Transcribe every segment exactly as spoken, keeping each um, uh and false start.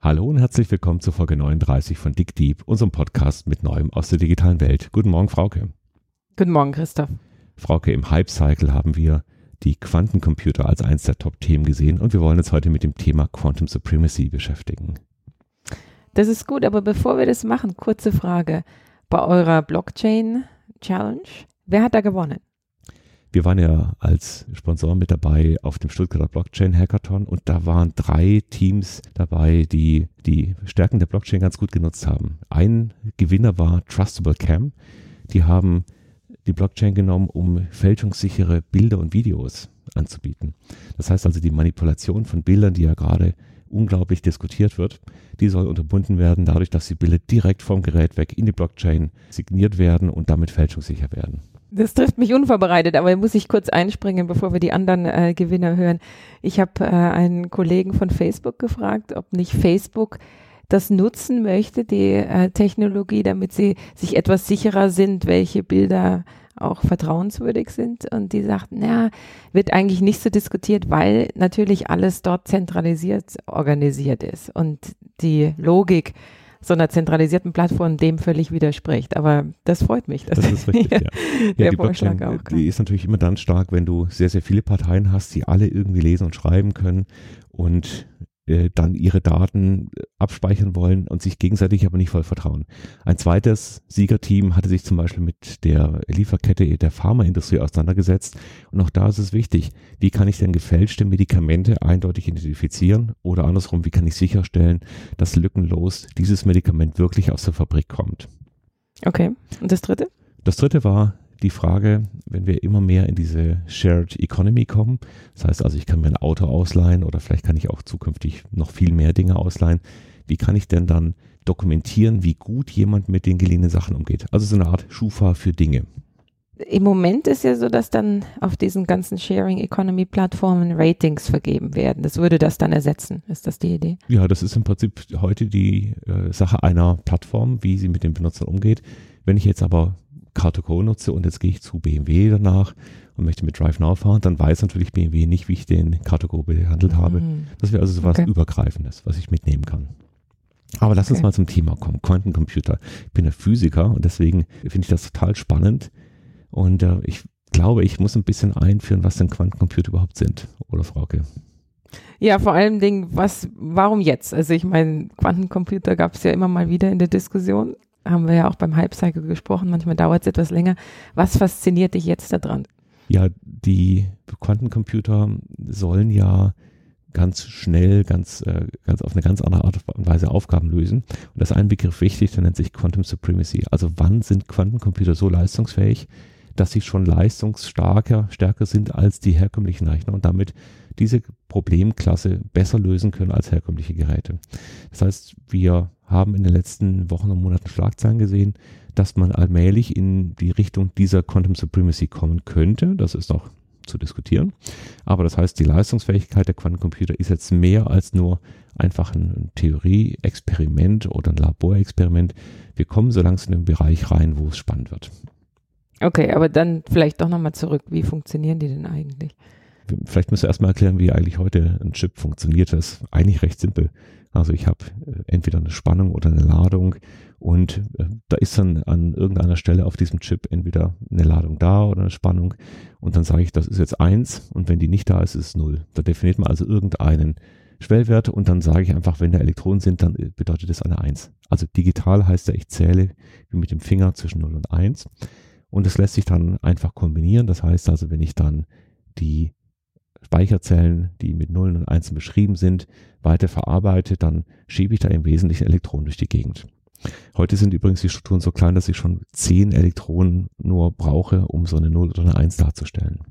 Hallo und herzlich willkommen zur Folge neununddreißig von Dig Deep, unserem Podcast mit Neuem aus der digitalen Welt. Guten Morgen, Frauke. Guten Morgen, Christoph. Frauke, im Hype-Cycle haben wir die Quantencomputer als eines der Top-Themen gesehen und wir wollen uns heute mit dem Thema Quantum Supremacy beschäftigen. Das ist gut, aber bevor wir das machen, kurze Frage. Bei eurer Blockchain-Challenge, wer hat da gewonnen? Wir waren ja als Sponsor mit dabei auf dem Stuttgarter Blockchain Hackathon und da waren drei Teams dabei, die die Stärken der Blockchain ganz gut genutzt haben. Ein Gewinner war Trustable Cam. Die haben die Blockchain genommen, um fälschungssichere Bilder und Videos anzubieten. Das heißt also, die Manipulation von Bildern, die ja gerade unglaublich diskutiert wird, die soll unterbunden werden dadurch, dass die Bilder direkt vom Gerät weg in die Blockchain signiert werden und damit fälschungssicher werden. Das trifft mich unvorbereitet, aber muss ich kurz einspringen, bevor wir die anderen äh, Gewinner hören. Ich habe äh, einen Kollegen von Facebook gefragt, ob nicht Facebook das nutzen möchte, die äh, Technologie, damit sie sich etwas sicherer sind, welche Bilder auch vertrauenswürdig sind. Und die sagten, ja, wird eigentlich nicht so diskutiert, weil natürlich alles dort zentralisiert organisiert ist und die Logik so einer zentralisierten Plattform dem völlig widerspricht. Aber das freut mich. Das ist richtig, ja. Der ja die Vorschlag Blockchain, auch. Die ist natürlich immer dann stark, wenn du sehr, sehr viele Parteien hast, die alle irgendwie lesen und schreiben können und äh, dann ihre Daten abspeichern wollen und sich gegenseitig aber nicht voll vertrauen. Ein zweites Siegerteam hatte sich zum Beispiel mit der Lieferkette der Pharmaindustrie auseinandergesetzt und auch da ist es wichtig, wie kann ich denn gefälschte Medikamente eindeutig identifizieren oder andersrum, wie kann ich sicherstellen, dass lückenlos dieses Medikament wirklich aus der Fabrik kommt. Okay, und das dritte? Das dritte war die Frage, wenn wir immer mehr in diese Shared Economy kommen, das heißt also, ich kann mir ein Auto ausleihen oder vielleicht kann ich auch zukünftig noch viel mehr Dinge ausleihen, wie kann ich denn dann dokumentieren, wie gut jemand mit den geliehenen Sachen umgeht? Also so eine Art Schufa für Dinge. Im Moment ist ja so, dass dann auf diesen ganzen Sharing-Economy-Plattformen Ratings vergeben werden. Das würde das dann ersetzen. Ist das die Idee? Ja, das ist im Prinzip heute die äh, Sache einer Plattform, wie sie mit den Benutzern umgeht. Wenn ich jetzt aber Car to Go nutze und jetzt gehe ich zu B M W danach und möchte mit DriveNow fahren, dann weiß natürlich B M W nicht, wie ich den Car to Go behandelt habe. Mhm. Das wäre also so was Okay. Übergreifendes, was ich mitnehmen kann. Aber lass Okay. uns mal zum Thema kommen, Quantencomputer. Ich bin ja Physiker und deswegen finde ich das total spannend und äh, ich glaube, ich muss ein bisschen einführen, was denn Quantencomputer überhaupt sind, oder Frauke? Ja, vor allem Dingen, was, warum jetzt? Also ich meine, Quantencomputer gab es ja immer mal wieder in der Diskussion. Haben wir ja auch beim Hype-Cycle gesprochen. Manchmal dauert es etwas länger. Was fasziniert dich jetzt daran? Ja, die Quantencomputer sollen ja ganz schnell, ganz, äh, ganz auf eine ganz andere Art und Weise Aufgaben lösen. Und da ist ein Begriff wichtig, der nennt sich Quantum Supremacy. Also wann sind Quantencomputer so leistungsfähig, dass sie schon leistungsstarker, stärker sind als die herkömmlichen Rechner und damit diese Problemklasse besser lösen können als herkömmliche Geräte. Das heißt, wir haben in den letzten Wochen und Monaten Schlagzeilen gesehen, dass man allmählich in die Richtung dieser Quantum Supremacy kommen könnte. Das ist noch zu diskutieren. Aber das heißt, die Leistungsfähigkeit der Quantencomputer ist jetzt mehr als nur einfach ein Theorie-Experiment oder ein Laborexperiment. Wir kommen so langsam in den Bereich rein, wo es spannend wird. Okay, aber dann vielleicht doch nochmal zurück. Wie funktionieren die denn eigentlich? Vielleicht müsst ihr erstmal erklären, wie eigentlich heute ein Chip funktioniert. Das ist eigentlich recht simpel. Also ich habe entweder eine Spannung oder eine Ladung und äh, da ist dann an irgendeiner Stelle auf diesem Chip entweder eine Ladung da oder eine Spannung und dann sage ich, das ist jetzt eins und wenn die nicht da ist, ist es null. Da definiert man also irgendeinen Schwellwert und dann sage ich einfach, wenn da Elektronen sind, dann bedeutet das eine eins. Also digital heißt ja, ich zähle wie mit dem Finger zwischen null und eins und das lässt sich dann einfach kombinieren. Das heißt also, wenn ich dann die Speicherzellen, die mit Nullen und Einsen beschrieben sind, weiter verarbeite, dann schiebe ich da im Wesentlichen Elektronen durch die Gegend. Heute sind übrigens die Strukturen so klein, dass ich schon zehn Elektronen nur brauche, um so eine Null oder eine Eins darzustellen.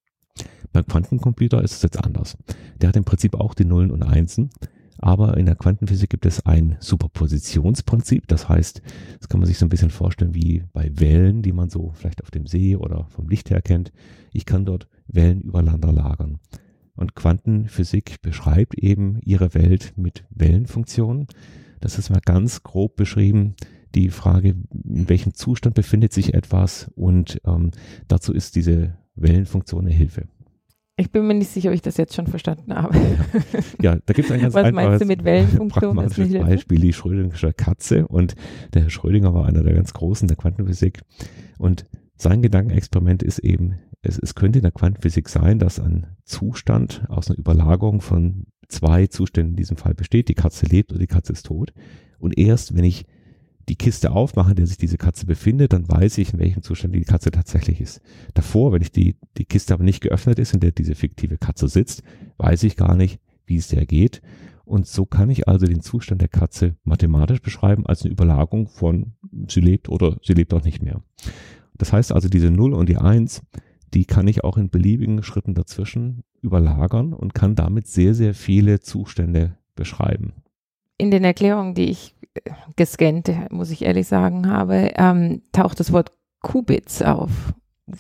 Beim Quantencomputer ist es jetzt anders. Der hat im Prinzip auch die Nullen und Einsen, aber in der Quantenphysik gibt es ein Superpositionsprinzip. Das heißt, das kann man sich so ein bisschen vorstellen wie bei Wellen, die man so vielleicht auf dem See oder vom Licht her kennt. Ich kann dort Wellen übereinander lagern. Und Quantenphysik beschreibt eben ihre Welt mit Wellenfunktionen. Das ist mal ganz grob beschrieben, die Frage, in welchem Zustand befindet sich etwas und ähm, dazu ist diese Wellenfunktion eine Hilfe. Ich bin mir nicht sicher, ob ich das jetzt schon verstanden habe. Ja, da gibt es ein ganz Was einfaches, meinst du mit Wellenfunktion? pragmatisches Beispiel, die Schrödingersche Katze. Und der Herr Schrödinger war einer der ganz Großen der Quantenphysik. Und sein Gedankenexperiment ist eben, es, es könnte in der Quantenphysik sein, dass ein Zustand aus einer Überlagerung von zwei Zuständen in diesem Fall besteht. Die Katze lebt oder die Katze ist tot. Und erst, wenn ich die Kiste aufmache, in der sich diese Katze befindet, dann weiß ich, in welchem Zustand die Katze tatsächlich ist. Davor, wenn ich die, die Kiste aber nicht geöffnet ist, in der diese fiktive Katze sitzt, weiß ich gar nicht, wie es der geht. Und so kann ich also den Zustand der Katze mathematisch beschreiben als eine Überlagerung von sie lebt oder sie lebt auch nicht mehr. Das heißt also, diese null und die eins, die kann ich auch in beliebigen Schritten dazwischen überlagern und kann damit sehr, sehr viele Zustände beschreiben. In den Erklärungen, die ich gescannt, muss ich ehrlich sagen, habe, ähm, taucht das Wort Qubits auf.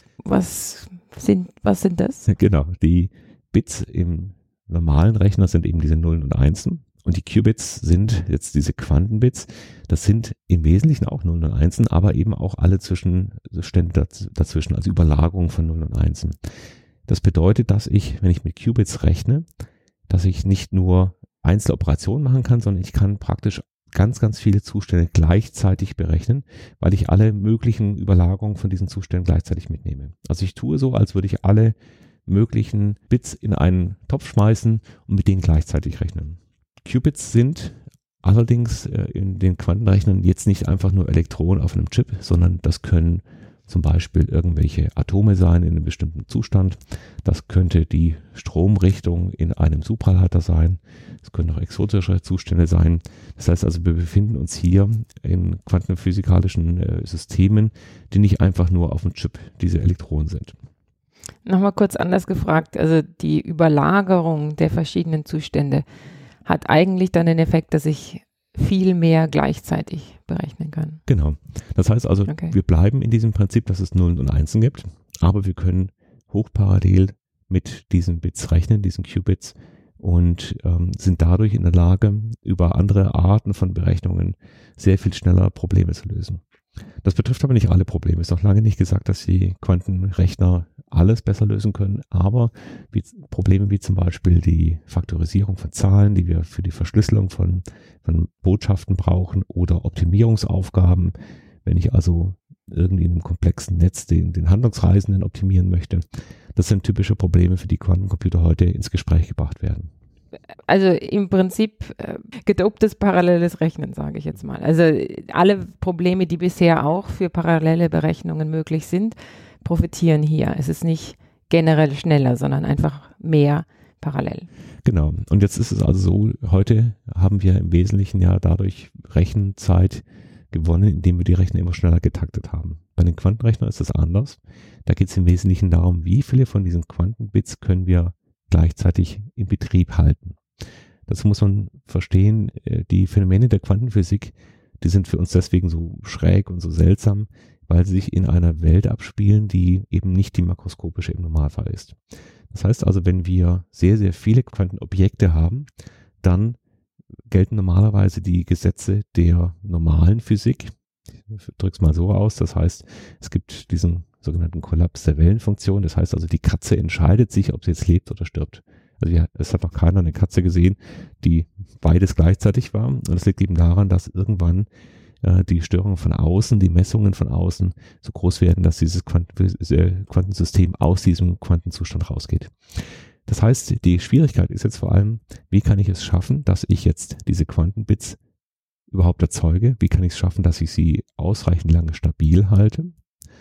Was sind, was sind das? Genau, die Bits im normalen Rechner sind eben diese Nullen und Einsen und die Qubits sind jetzt diese Quantenbits. Das sind im Wesentlichen auch Nullen und Einsen, aber eben auch alle Zwischenstände dazwischen, also Überlagerung von Nullen und Einsen. Das bedeutet, dass ich, wenn ich mit Qubits rechne, dass ich nicht nur einzelne Operationen machen kann, sondern ich kann praktisch ganz, ganz viele Zustände gleichzeitig berechnen, weil ich alle möglichen Überlagerungen von diesen Zuständen gleichzeitig mitnehme. Also ich tue so, als würde ich alle möglichen Bits in einen Topf schmeißen und mit denen gleichzeitig rechnen. Qubits sind allerdings in den Quantenrechnern jetzt nicht einfach nur Elektronen auf einem Chip, sondern das können zum Beispiel irgendwelche Atome sein in einem bestimmten Zustand. Das könnte die Stromrichtung in einem Supraleiter sein. Es können auch exotische Zustände sein. Das heißt also, wir befinden uns hier in quantenphysikalischen äh, Systemen, die nicht einfach nur auf dem Chip diese Elektronen sind. Nochmal kurz anders gefragt. Also die Überlagerung der verschiedenen Zustände hat eigentlich dann den Effekt, dass ich viel mehr gleichzeitig berechnen kann. Genau. Das heißt also, okay. Wir bleiben in diesem Prinzip, dass es Nullen und Einsen gibt, aber wir können hochparallel mit diesen Bits rechnen, diesen Qubits, und ähm, sind dadurch in der Lage, über andere Arten von Berechnungen sehr viel schneller Probleme zu lösen. Das betrifft aber nicht alle Probleme. Es ist noch lange nicht gesagt, dass die Quantenrechner alles besser lösen können, aber wie, Probleme wie zum Beispiel die Faktorisierung von Zahlen, die wir für die Verschlüsselung von, von Botschaften brauchen, oder Optimierungsaufgaben, wenn ich also irgendwie in einem komplexen Netz den, den Handlungsreisenden optimieren möchte. Das sind typische Probleme, für die Quantencomputer heute ins Gespräch gebracht werden. Also im Prinzip äh, gedoptes paralleles Rechnen, sage ich jetzt mal. Also alle Probleme, die bisher auch für parallele Berechnungen möglich sind, profitieren hier. Es ist nicht generell schneller, sondern einfach mehr parallel. Genau. Und jetzt ist es also so, heute haben wir im Wesentlichen ja dadurch Rechenzeit gewonnen, indem wir die Rechner immer schneller getaktet haben. Bei den Quantenrechnern ist das anders. Da geht es im Wesentlichen darum, wie viele von diesen Quantenbits können wir gleichzeitig in Betrieb halten. Das muss man verstehen. Die Phänomene der Quantenphysik, die sind für uns deswegen so schräg und so seltsam, weil sie sich in einer Welt abspielen, die eben nicht die makroskopische im Normalfall ist. Das heißt also, wenn wir sehr, sehr viele Quantenobjekte haben, dann gelten normalerweise die Gesetze der normalen Physik. Ich drücke es mal so aus. Das heißt, es gibt diesen sogenannten Kollaps der Wellenfunktion. Das heißt also, die Katze entscheidet sich, ob sie jetzt lebt oder stirbt. Also ja, es hat noch keiner eine Katze gesehen, die beides gleichzeitig war. Und das liegt eben daran, dass irgendwann äh, die Störungen von außen, die Messungen von außen so groß werden, dass dieses Quanten, äh, Quantensystem aus diesem Quantenzustand rausgeht. Das heißt, die Schwierigkeit ist jetzt vor allem, wie kann ich es schaffen, dass ich jetzt diese Quantenbits überhaupt erzeuge? Wie kann ich es schaffen, dass ich sie ausreichend lange stabil halte?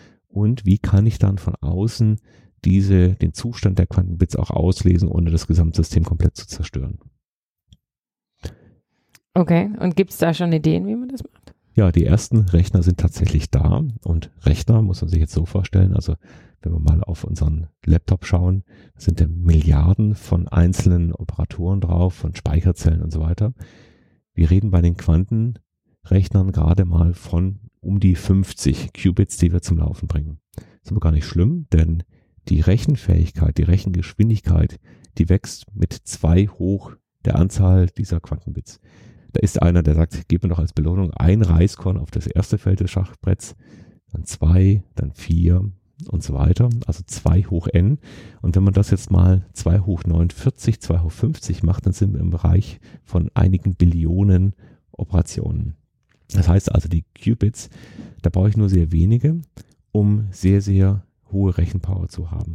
Und wie kann ich dann von außen diese, den Zustand der Quantenbits auch auslesen, ohne das Gesamtsystem komplett zu zerstören? Okay, und gibt es da schon Ideen, wie man das macht? Ja, die ersten Rechner sind tatsächlich da, und Rechner muss man sich jetzt so vorstellen, also wenn wir mal auf unseren Laptop schauen, sind da Milliarden von einzelnen Operatoren drauf, von Speicherzellen und so weiter. Wir reden bei den Quantenrechnern gerade mal von um die fünfzig Qubits, die wir zum Laufen bringen. Das ist aber gar nicht schlimm, denn die Rechenfähigkeit, die Rechengeschwindigkeit, die wächst mit zwei hoch der Anzahl dieser Quantenbits. Da ist einer, der sagt, gib mir doch als Belohnung ein Reiskorn auf das erste Feld des Schachbretts, dann zwei, dann vier und so weiter, also zwei hoch n. Und wenn man das jetzt mal zwei hoch neunundvierzig, zwei hoch fünfzig macht, dann sind wir im Bereich von einigen Billionen Operationen. Das heißt also, die Qubits, da brauche ich nur sehr wenige, um sehr, sehr hohe Rechenpower zu haben.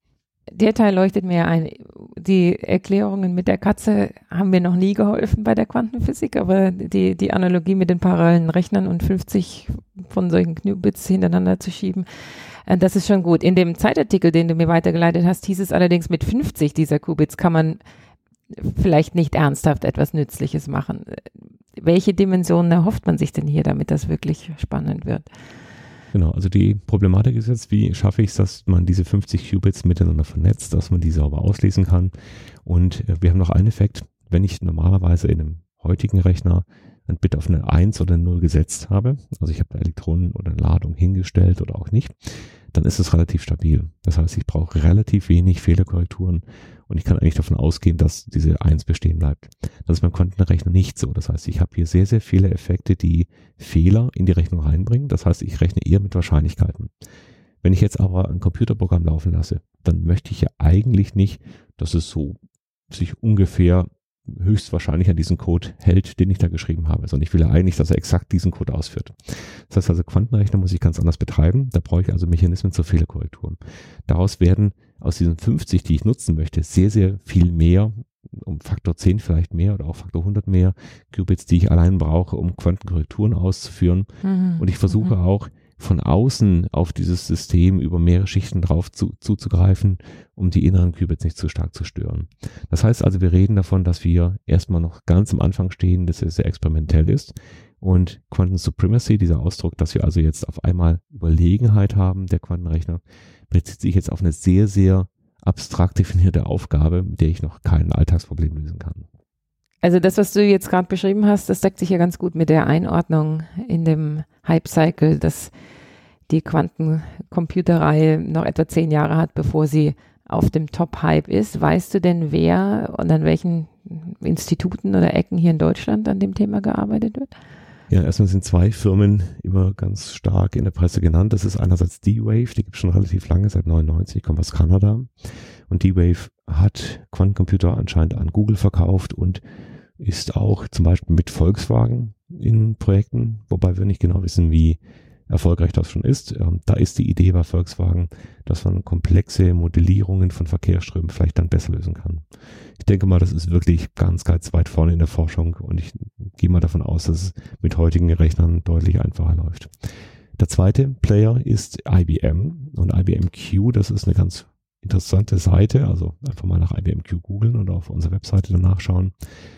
Der Teil leuchtet mir ein. Die Erklärungen mit der Katze haben mir noch nie geholfen bei der Quantenphysik, aber die, die Analogie mit den parallelen Rechnern und fünfzig von solchen Qubits hintereinander zu schieben, äh, das ist schon gut. In dem Zeitartikel, den du mir weitergeleitet hast, hieß es allerdings, mit fünfzig dieser Qubits kann man vielleicht nicht ernsthaft etwas Nützliches machen. Welche Dimensionen erhofft man sich denn hier, damit das wirklich spannend wird? Genau, also die Problematik ist jetzt, wie schaffe ich es, dass man diese fünfzig Qubits miteinander vernetzt, dass man die sauber auslesen kann. Und äh, wir haben noch einen Effekt, wenn ich normalerweise in einem heutigen Rechner ein Bit auf eine eins oder eine null gesetzt habe, also ich habe Elektronen oder eine Ladung hingestellt oder auch nicht, dann ist es relativ stabil. Das heißt, ich brauche relativ wenig Fehlerkorrekturen und ich kann eigentlich davon ausgehen, dass diese eins bestehen bleibt. Das ist beim Quantenrechner nicht so. Das heißt, ich habe hier sehr, sehr viele Effekte, die Fehler in die Rechnung reinbringen. Das heißt, ich rechne eher mit Wahrscheinlichkeiten. Wenn ich jetzt aber ein Computerprogramm laufen lasse, dann möchte ich ja eigentlich nicht, dass es so sich ungefähr höchstwahrscheinlich an diesen Code hält, den ich da geschrieben habe, sondern ich will ja eigentlich, dass er exakt diesen Code ausführt. Das heißt also, Quantenrechner muss ich ganz anders betreiben, da brauche ich also Mechanismen zur Fehlerkorrektur. Daraus werden aus diesen fünfzig, die ich nutzen möchte, sehr, sehr viel mehr, um Faktor zehn vielleicht mehr oder auch Faktor hundert mehr Qubits, die ich allein brauche, um Quantenkorrekturen auszuführen. Mhm. Und ich versuche mhm. auch von außen auf dieses System über mehrere Schichten drauf zu, zuzugreifen, um die inneren Qubits nicht zu stark zu stören. Das heißt also, wir reden davon, dass wir erstmal noch ganz am Anfang stehen, dass es sehr experimentell ist. Und Quantum Supremacy, dieser Ausdruck, dass wir also jetzt auf einmal Überlegenheit haben, der Quantenrechner, bezieht sich jetzt auf eine sehr, sehr abstrakt definierte Aufgabe, mit der ich noch kein Alltagsproblem lösen kann. Also das, was du jetzt gerade beschrieben hast, das deckt sich ja ganz gut mit der Einordnung in dem Hype-Cycle, dass die Quantencomputerreihe noch etwa zehn Jahre hat, bevor sie auf dem Top-Hype ist. Weißt du denn, wer und an welchen Instituten oder Ecken hier in Deutschland an dem Thema gearbeitet wird? Ja, erstmal sind zwei Firmen immer ganz stark in der Presse genannt. Das ist einerseits D-Wave, die gibt es schon relativ lange, seit neunundneunzig, kommt aus Kanada. Und D-Wave hat Quantencomputer anscheinend an Google verkauft und ist auch zum Beispiel mit Volkswagen in Projekten, wobei wir nicht genau wissen, wie erfolgreich das schon ist. Ähm, da ist die Idee bei Volkswagen, dass man komplexe Modellierungen von Verkehrsströmen vielleicht dann besser lösen kann. Ich denke mal, das ist wirklich ganz, ganz weit vorne in der Forschung und ich gehe mal davon aus, dass es mit heutigen Rechnern deutlich einfacher läuft. Der zweite Player ist I B M und I B M Q, das ist eine ganz interessante Seite, also einfach mal nach I B M Q googeln oder auf unserer Webseite dann nachschauen.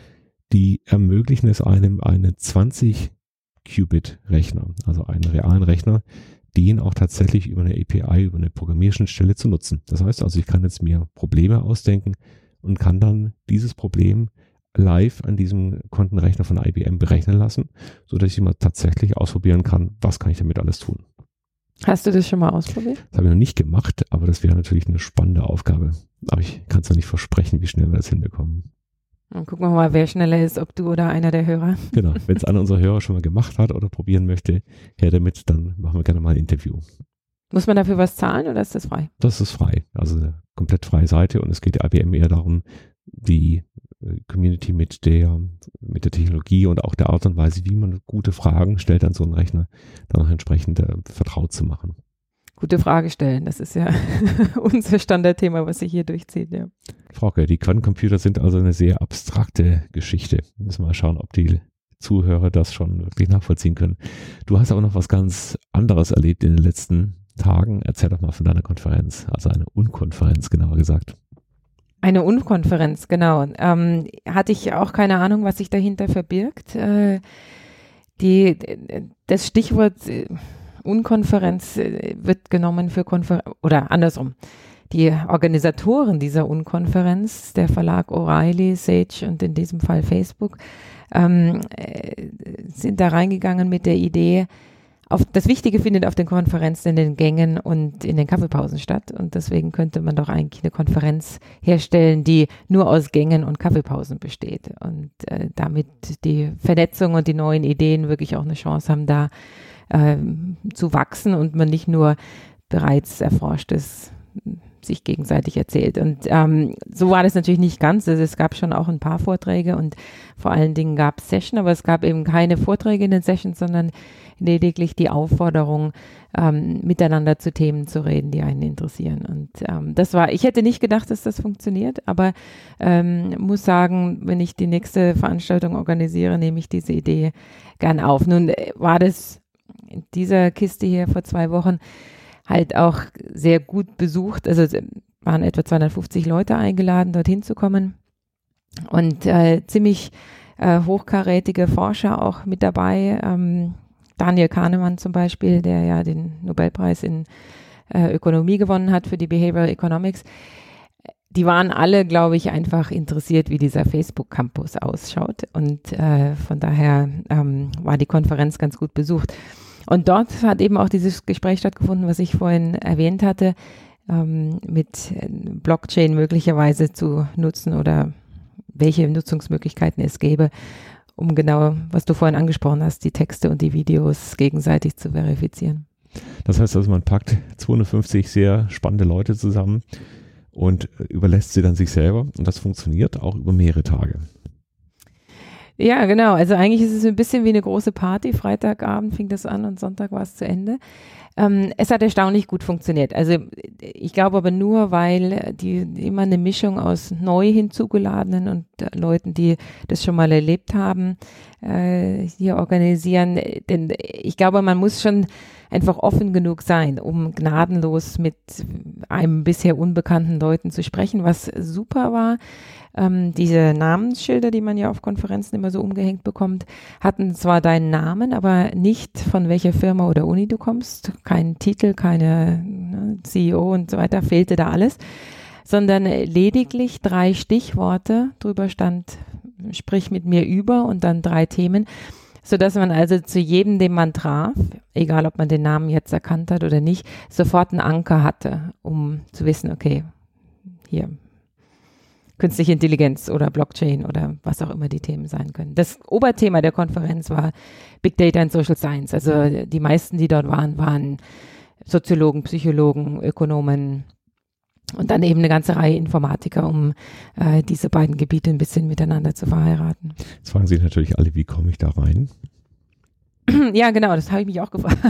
Die ermöglichen es einem, einen zwanzig Qubit Rechner, also einen realen Rechner, den auch tatsächlich über eine A P I, über eine Programmierschnittstelle zu nutzen. Das heißt also, ich kann jetzt mir Probleme ausdenken und kann dann dieses Problem live an diesem Quantenrechner von I B M berechnen lassen, sodass ich mal tatsächlich ausprobieren kann, was kann ich damit alles tun. Hast du das schon mal ausprobiert? Das habe ich noch nicht gemacht, aber das wäre natürlich eine spannende Aufgabe. Aber ich kann es noch nicht versprechen, wie schnell wir das hinbekommen. Und gucken wir mal, wer schneller ist, ob du oder einer der Hörer. Genau, wenn es einer unserer Hörer schon mal gemacht hat oder probieren möchte, her damit, dann machen wir gerne mal ein Interview. Muss man dafür was zahlen oder ist das frei? Das ist frei, also eine komplett freie Seite und es geht der I B M eher darum, die Community mit der, mit der Technologie und auch der Art und Weise, wie man gute Fragen stellt an so einen Rechner, dann auch entsprechend äh, vertraut zu machen. Gute Frage stellen, das ist ja unser Standardthema, was sich hier durchzieht. Ja. Frauke, die Quantencomputer sind also eine sehr abstrakte Geschichte. Müssen wir mal schauen, ob die Zuhörer das schon wirklich nachvollziehen können. Du hast aber noch was ganz anderes erlebt in den letzten Tagen. Erzähl doch mal von deiner Konferenz, also eine Unkonferenz, genauer gesagt. Eine Unkonferenz, genau. Ähm, hatte ich auch keine Ahnung, was sich dahinter verbirgt. Äh, die, das Stichwort äh, Unkonferenz äh, wird genommen für Konferenz, oder andersrum. Die Organisatoren dieser Unkonferenz, der Verlag O'Reilly, Sage und in diesem Fall Facebook, ähm, äh, sind da reingegangen mit der Idee, auf, das Wichtige findet auf den Konferenzen in den Gängen und in den Kaffeepausen statt und deswegen könnte man doch eigentlich eine Konferenz herstellen, die nur aus Gängen und Kaffeepausen besteht und äh, damit die Vernetzung und die neuen Ideen wirklich auch eine Chance haben, da äh, zu wachsen und man nicht nur bereits Erforschtes sich gegenseitig erzählt. Und ähm, so war das natürlich nicht ganz. Also es gab schon auch ein paar Vorträge und vor allen Dingen gab es Session, aber es gab eben keine Vorträge in den Sessions, sondern lediglich die Aufforderung, ähm, miteinander zu Themen zu reden, die einen interessieren. Und ähm, das war, ich hätte nicht gedacht, dass das funktioniert, aber ähm, muss sagen, wenn ich die nächste Veranstaltung organisiere, nehme ich diese Idee gern auf. Nun war das in dieser Kiste hier vor zwei Wochen halt auch sehr gut besucht. Also waren etwa zweihundertfünfzig Leute eingeladen, dorthin zu kommen. Und äh, ziemlich äh, hochkarätige Forscher auch mit dabei. Ähm, Daniel Kahnemann zum Beispiel, der ja den Nobelpreis in äh, Ökonomie gewonnen hat für die Behavioral Economics. Die waren alle, glaube ich, einfach interessiert, wie dieser Facebook-Campus ausschaut. Und äh, von daher ähm, war die Konferenz ganz gut besucht. Und dort hat eben auch dieses Gespräch stattgefunden, was ich vorhin erwähnt hatte, ähm, mit Blockchain möglicherweise zu nutzen oder welche Nutzungsmöglichkeiten es gäbe, um genau, was du vorhin angesprochen hast, die Texte und die Videos gegenseitig zu verifizieren. Das heißt also, man packt zweihundertfünfzig sehr spannende Leute zusammen und überlässt sie dann sich selber und das funktioniert auch über mehrere Tage. Ja, genau. Also eigentlich ist es ein bisschen wie eine große Party. Freitagabend fing das an und Sonntag war es zu Ende. Ähm, es hat erstaunlich gut funktioniert. Also ich glaube aber nur, weil die immer eine Mischung aus neu hinzugeladenen und äh, Leuten, die das schon mal erlebt haben, äh, hier organisieren. Denn ich glaube, man muss schon einfach offen genug sein, um gnadenlos mit einem bisher unbekannten Leuten zu sprechen, was super war. Ähm, diese Namensschilder, die man ja auf Konferenzen immer so umgehängt bekommt, hatten zwar deinen Namen, aber nicht von welcher Firma oder Uni du kommst, kein Titel, keine ne, C E O und so weiter, fehlte da alles, sondern lediglich drei Stichworte, drüber stand, sprich mit mir über und dann drei Themen, sodass man also zu jedem, den man traf, egal ob man den Namen jetzt erkannt hat oder nicht, sofort einen Anker hatte, um zu wissen, okay, hier künstliche Intelligenz oder Blockchain oder was auch immer die Themen sein können. Das Oberthema der Konferenz war Big Data and Social Science. Also die meisten, die dort waren, waren Soziologen, Psychologen, Ökonomen und dann eben eine ganze Reihe Informatiker, um äh, diese beiden Gebiete ein bisschen miteinander zu verheiraten. Jetzt fragen sich natürlich alle, wie komme ich da rein? Ja, genau, das habe ich mich auch gefragt.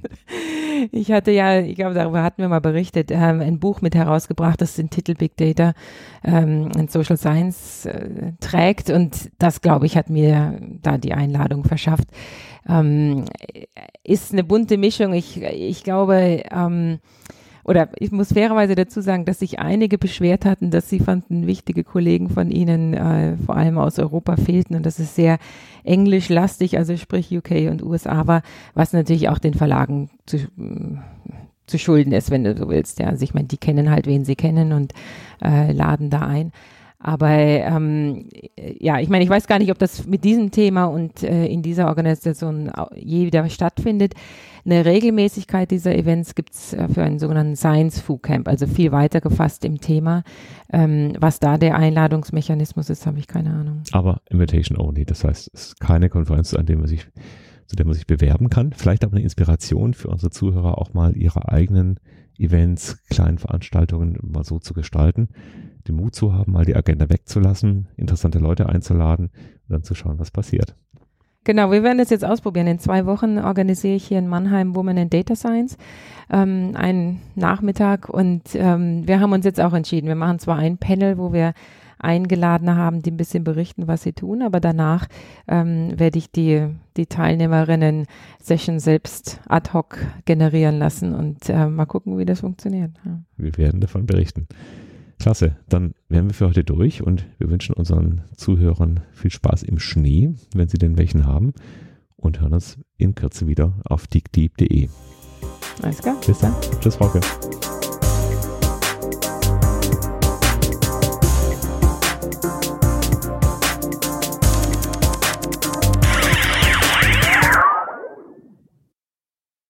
Ich hatte ja, ich glaube, darüber hatten wir mal berichtet, ähm, ein Buch mit herausgebracht, das den Titel Big Data ähm, and Social Science äh, trägt und das, glaube ich, hat mir da die Einladung verschafft. Ähm, ist eine bunte Mischung. Ich, ich glaube, ähm, oder ich muss fairerweise dazu sagen, dass sich einige beschwert hatten, dass sie fanden, wichtige Kollegen von ihnen, äh, vor allem aus Europa, fehlten und dass es sehr englischlastig, also sprich U K und U S A war, was natürlich auch den Verlagen zu, zu schulden ist, wenn du so willst. Ja, also ich meine, die kennen halt, wen sie kennen und äh, laden da ein. Aber ähm, ja, ich meine, ich weiß gar nicht, ob das mit diesem Thema und äh, in dieser Organisation je wieder stattfindet. Eine Regelmäßigkeit dieser Events gibt es äh, für einen sogenannten Science Food Camp, also viel weiter gefasst im Thema. Ähm, was da der Einladungsmechanismus ist, habe ich keine Ahnung. Aber Invitation only, das heißt, es ist keine Konferenz, an der man sich, zu der man sich bewerben kann. Vielleicht aber eine Inspiration für unsere Zuhörer, auch mal ihre eigenen Events, kleinen Veranstaltungen mal so zu gestalten. Den Mut zu haben, mal die Agenda wegzulassen, interessante Leute einzuladen und dann zu schauen, was passiert. Genau, wir werden das jetzt ausprobieren. In zwei Wochen organisiere ich hier in Mannheim Women in Data Science, ähm, einen Nachmittag und ähm, wir haben uns jetzt auch entschieden, wir machen zwar ein Panel, wo wir Eingeladene haben, die ein bisschen berichten, was sie tun, aber danach ähm, werde ich die, die Teilnehmerinnen-Session selbst ad hoc generieren lassen und äh, mal gucken, wie das funktioniert. Ja. Wir werden davon berichten. Klasse, dann wären wir für heute durch und wir wünschen unseren Zuhörern viel Spaß im Schnee, wenn sie denn welchen haben und hören uns in Kürze wieder auf digdeep punkt de. Alles klar. Bis dann. Tschüss, Frauke.